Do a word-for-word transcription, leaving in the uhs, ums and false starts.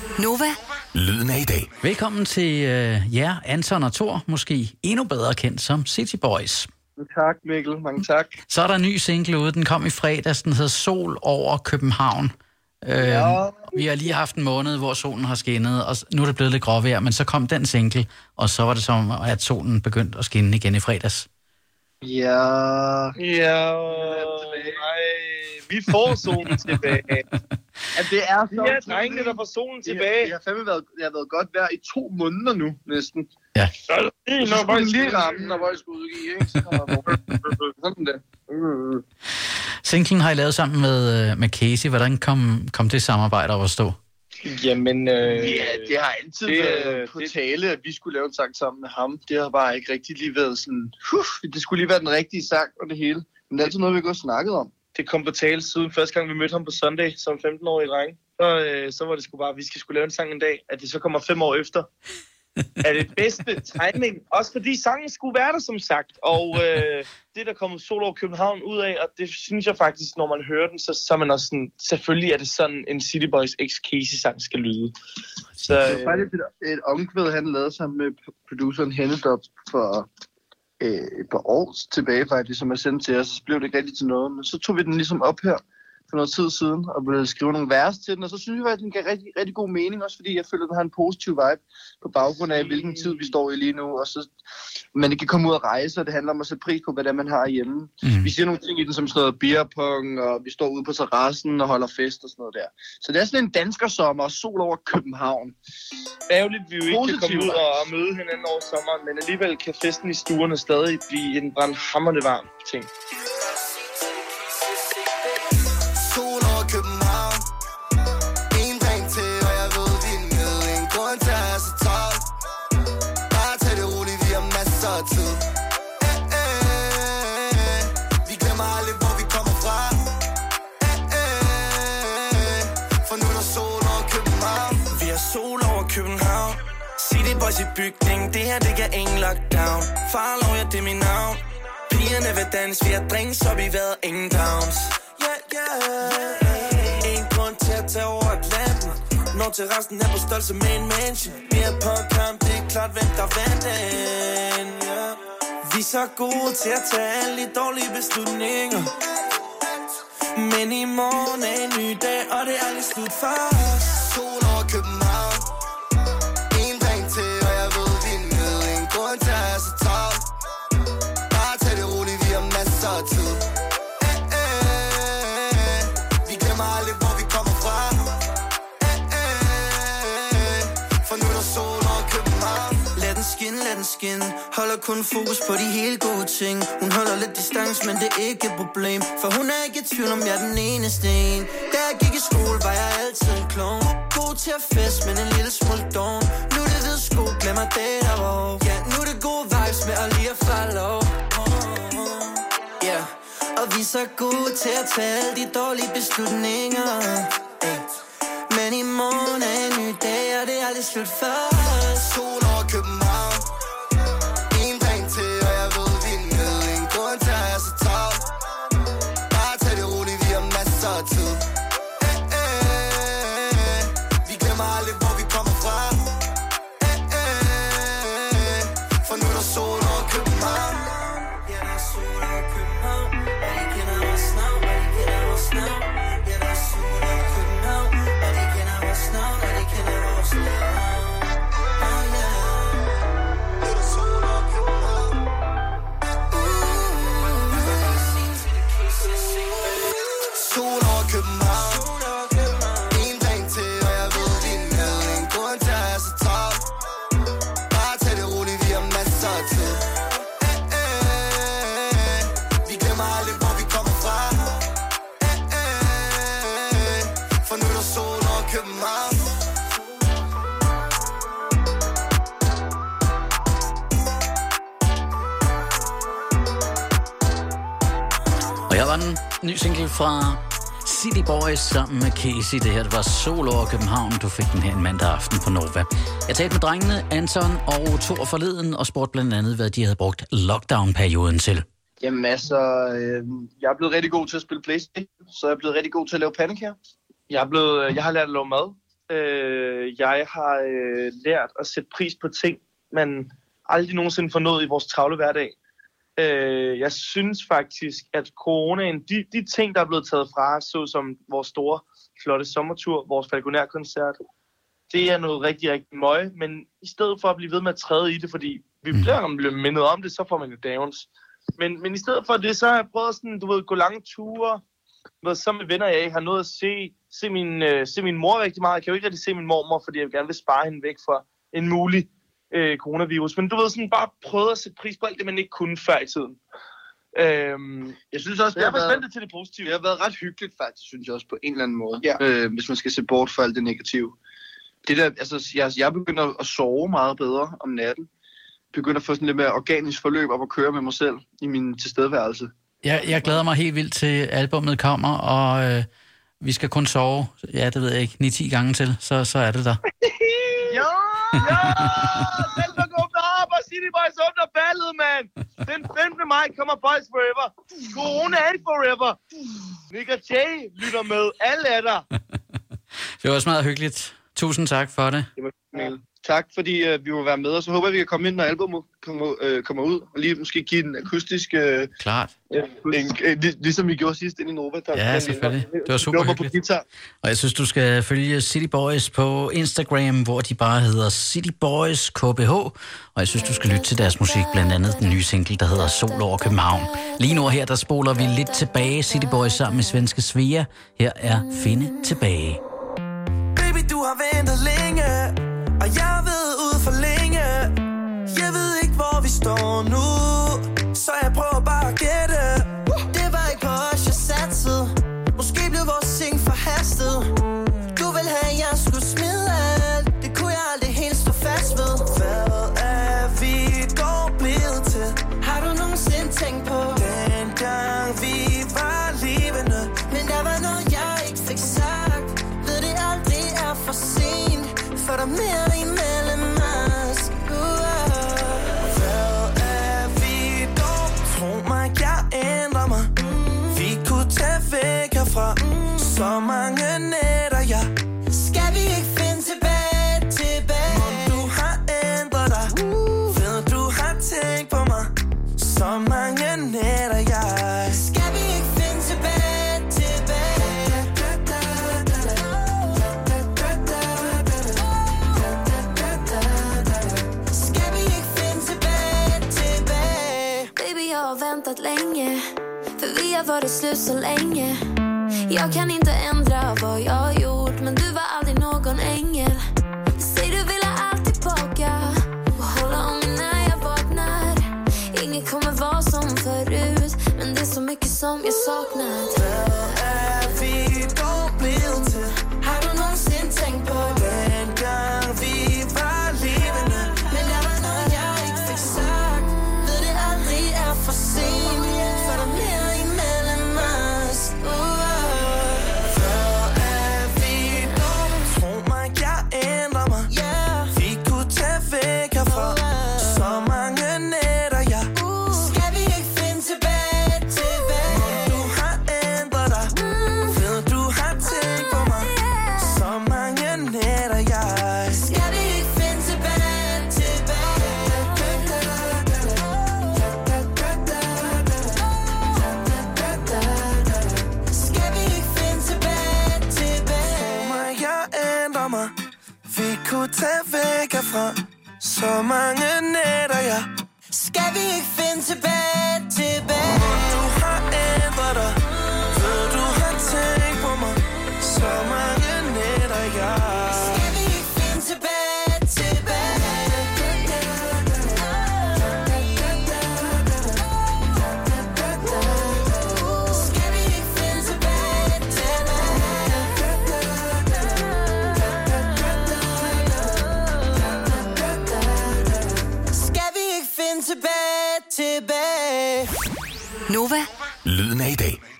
Nova. Lyden af i dag. Velkommen til øh, jer, Anton og Thor, måske endnu bedre kendt som City Boys. Tak, Mikkel. Mange tak. Så er der en ny single ude, den kom i fredags, den hedder Sol over København. Øh, Ja. Vi har lige haft en måned, hvor solen har skinnet, og nu er det blevet lidt gråvejr, men så kom den single, og så var det som, at solen begyndte at skinne igen i fredags. Ja. Ja, nej, vi får solen tilbage. Ja, det er så... Ja, drengene, der får solen tilbage. Det har fandme været, det har været godt vejr i to måneder nu, næsten. Ja. Så er det lige, Så når skulle vi den lige ramme, når Voice skulle udgive, ikke? Så- Sådan der. Øh. Singlen har I lavet sammen med, øh, med Casey. Hvordan kom, kom det samarbejde op at stå? Jamen, øh, Ja, det har altid det, været på det- tale, at vi skulle lave en sang sammen med ham. Det har bare ikke rigtig lige været sådan... Huh, det skulle lige være den rigtige sang og det hele. Men det er altid noget, vi har gået og snakket om. det kom på tale siden første gang, vi mødte ham på Sunday som femten-årig dreng. Så, øh, så var det sgu bare, at vi skal skulle lave en sang en dag. At det så kommer fem år efter, er det bedste timing. Også fordi sangen skulle være der, som sagt. Og øh, det, der kommer Sol over København ud af, og det synes jeg faktisk, når man hører den, så, så er man også sådan, selvfølgelig er det sådan, en City Boys x Casey-sang skal lyde. Så, Det var øh, faktisk et, et omkvæd, han lavede sammen med produceren Hennedop for øh, et par år tilbage faktisk, som er sendt til os, så blev det ikke rigtig til noget. Men så tog vi den ligesom op her for noget tid siden, og ville skrive nogle vers til den, og så synes jeg, at den gav rigtig, rigtig god mening, også fordi jeg føler, at den har en positiv vibe på baggrund af, hvilken tid vi står i lige nu, og så man ikke kan komme ud og rejse, og det handler om at sætte pris på, hvad det er, man har hjemme. Mm. Vi siger nogle ting i den, som sådan noget beerpong, og vi står ude på terrassen og holder fest og sådan noget der. Så det er sådan en danskersommer, sol over København. ærgerligt, vi jo ikke kan komme ud og, og møde hinanden over sommeren, men alligevel kan festen i stuerne stadig blive en brandhamrende varm ting. Sol over København. En drink til, og jeg ved, vi er med. En grund til at have så travlt. Bare tag det roligt, vi har masser af tid. Eh, eh. Vi glemmer aldrig, hvor vi kommer fra. Eh, eh. For nu er der sol over København. Vi har sol over København. City Boys i bygning. Det her, det gør ingen lockdown. Farlov, ja, det er mit navn. Pigerne vil danse, vi har drinks, og vi været ingen downs. Yeah, yeah. En grund til at tage over Atlanten. Når til resten er på størrelse med en mansion. Vi er på kamp, det er klart, hvem der vandt den. Yeah. Vi er så gode til at tage alle de dårlige beslutninger. Men i morgen er en ny dag, og det er aldrig slut for os. Sol over København. En drink til, og jeg ved, vi er med. En grund til at have så travlt. Bare tag det roligt, vi har masser af tid. Eh, eh. Vi glemmer aldrig, hvor vi kommer fra. Eh, eh. For nu er der sol over København. Lad den skinne, lad den skinne. Holder kun fokus på de helt gode ting. Hun holder lidt distance, men det er ikke et problem. For hun er ikke i tvivl om, jeg er den eneste en. Da jeg gik i skole, var jeg altid en klovn. God til at fest, men en lille smule dum. Nu er det ved sko, glemmer det der var. Ja, nu er det gode vibes med at lige at falde over. Yeah. Og vi er så gode til at tage alle de dårlige beslutninger. Hey. Men i morgen er en ny dag, og det er aldrig slut for os. Sol over København. En drink til, og jeg ved, vi er med. En grund til at have så travlt. Bare tag det roligt, vi har masser af tid. Eh, eh. Vi glemmer aldrig, hvor vi kommer fra. Eh, eh. For nu er der sol over København. Ja, der er sol over København. Og de kender vores navn, og de kender vores navn. Ja, der er sol over København. Og de kender vores navn, og de kender vores navn. Oh, yeah. Ja, der er sol over København. Sol over København. En drink til, og jeg ved, vi er med. En grund til at have så travlt. Bare tag det roligt, vi har masser af tid. Eh, eh. Vi glemmer aldrig, hvor vi kommer fra. Eh, eh. For nu er der sol over København. Og her var den ny single fra City Boys sammen med Casey. Det her, det var Sol over København. Du fik den her en mandag aften på Nova. Jeg talte med drengene Anton og Thor forleden og spurgte blandt andet, hvad de havde brugt lockdown-perioden til. Jamen altså, øh, jeg er blevet rigtig god til at spille PlayStation, så jeg er blevet rigtig god til at lave pandekager. Jeg, er blevet, jeg har lært at lave mad. Øh, jeg har øh, lært at sætte pris på ting, man aldrig nogensinde får nået i vores travle hverdag. Øh, jeg synes faktisk, at coronaen, de, de ting, der er blevet taget fra, såsom vores store, flotte sommertur, vores Falconer-koncert, det er noget rigtig, rigtig møg, men i stedet for at blive ved med at træde i det, fordi vi bliver, når man bliver mindet om det, så får man jo downs. Men, men i stedet for det, så har jeg prøvet sådan, du ved, gå lange ture, ved, så med venner, jeg ikke har nået at se, se, min, øh, se min mor rigtig meget. Jeg kan jo ikke rigtig se min mormor, fordi jeg gerne vil spare hende væk fra en mulig øh, coronavirus. Men du ved, sådan bare prøve at sætte pris på alt det, man ikke kunne før i tiden. Øhm, jeg synes også, det har været været til det positive. Det har været ret hyggeligt faktisk, synes jeg også, på en eller anden måde. Ja. Øh, hvis man skal se bort fra alt det negative. Det der, altså, jeg, jeg begynder at sove meget bedre om natten. Begynder at få sådan lidt mere organisk forløb op at køre med mig selv i min tilstedeværelse. Jeg, jeg glæder mig helt vildt til albumet kommer, og øh, vi skal kun sove, ja, det ved jeg ikke, ni ti gange til, så, så er det der. Ja! Ja! Danmark åbner op, og City Boys åbner ballet, mand! Den femte maj kommer Boys Forever. Corona er forever. Nick og Jay lytter med. Alle er der. Det var også meget hyggeligt. Tusind tak for det. Ja. Tak, fordi øh, vi vil være med, og så håber jeg, vi kan komme ind, når albumet kommer, øh, kommer ud, og lige måske give den akustisk... Øh, Klart. Øh, en, øh, ligesom vi gjorde sidst ind i Nova. Der, ja, selvfølgelig. Det var super hyggeligt. Og jeg synes, du skal følge City Boys på Instagram, hvor de bare hedder City Boys K B H, og jeg synes, du skal lytte til deres musik, blandt andet den nye single, der hedder Sol over København. Lige nu her, der spoler vi lidt tilbage. City Boys sammen med svenske Svea. Her er Finde Tilbage. Baby, du har ventet længe, og jeg ved ud for længe. Jeg ved ikke, hvor vi står nu, så jeg prøver bare at gætte. Det var ikke på os, jeg satsede. Måske blev vores ting forhastet. Du vil have, at jeg skulle smide alt. Det kunne jeg aldrig helt stå fast ved. Hvad er vi dog blevet til? Har du nogensinde tænkt på dengang vi var levende? Men der var noget, jeg ikke fik sagt. Ved det aldrig er for sent, for der er mere imellem os. Hvad er vi dog? Tro mig, jeg ændrer mig. Vi kunne tage væk herfra. Så mange nætter, ja. Skal vi ikke finde tilbage, tilbage? Om du har ændret dig, ved du har tænkt på mig. Så mange nætter, ja. Skal vi ikke finde tilbage, tilbage? Skal vi ikke finde tilbage, tilbage? Baby, jeg har väntat länge, för vi har varit slut så länge. Jag kan inte ändra vad jag har gjort, men du var aldrig någon ängel. Säg du vill ha allt tillbaka och hålla om när jag vaknar. Inget kommer vara som förut, men det är så mycket som jag saknat. Vad är vi då blevet till? Har du någonsin tänkt på den gång vi var levande? Men det var något jag inte fick sagt. Ved det aldrig är för sent, för de mer imellem oss. Vad är vi då? Tro mig, jag ändrar mig. Vi kunne tage væk herfra. Så mange nætter, ja. Skal vi ikke finde tilbage, tilbage? Du har ændret dig, ved du har tænkt på mig. Så mange nætter, ja. Skal vi ikke finde tilbage, tilbage? Skal vi ikke finde tilbage, tilbage? Tro mig, jeg ændrer mig. Vi kunne tage væk herfra. Så mange nætter, ja. Skal vi ikke finde tilbage, tilbage? Du har ændret dig, ved du har tænkt på mig. Så mange nætter, ja. Skal vi ikke finde tilbage, tilbage? Skal vi ikke finde tilbage, Skal vi ikke finde tilbage, tilbage? Nova. Lyden af i dag.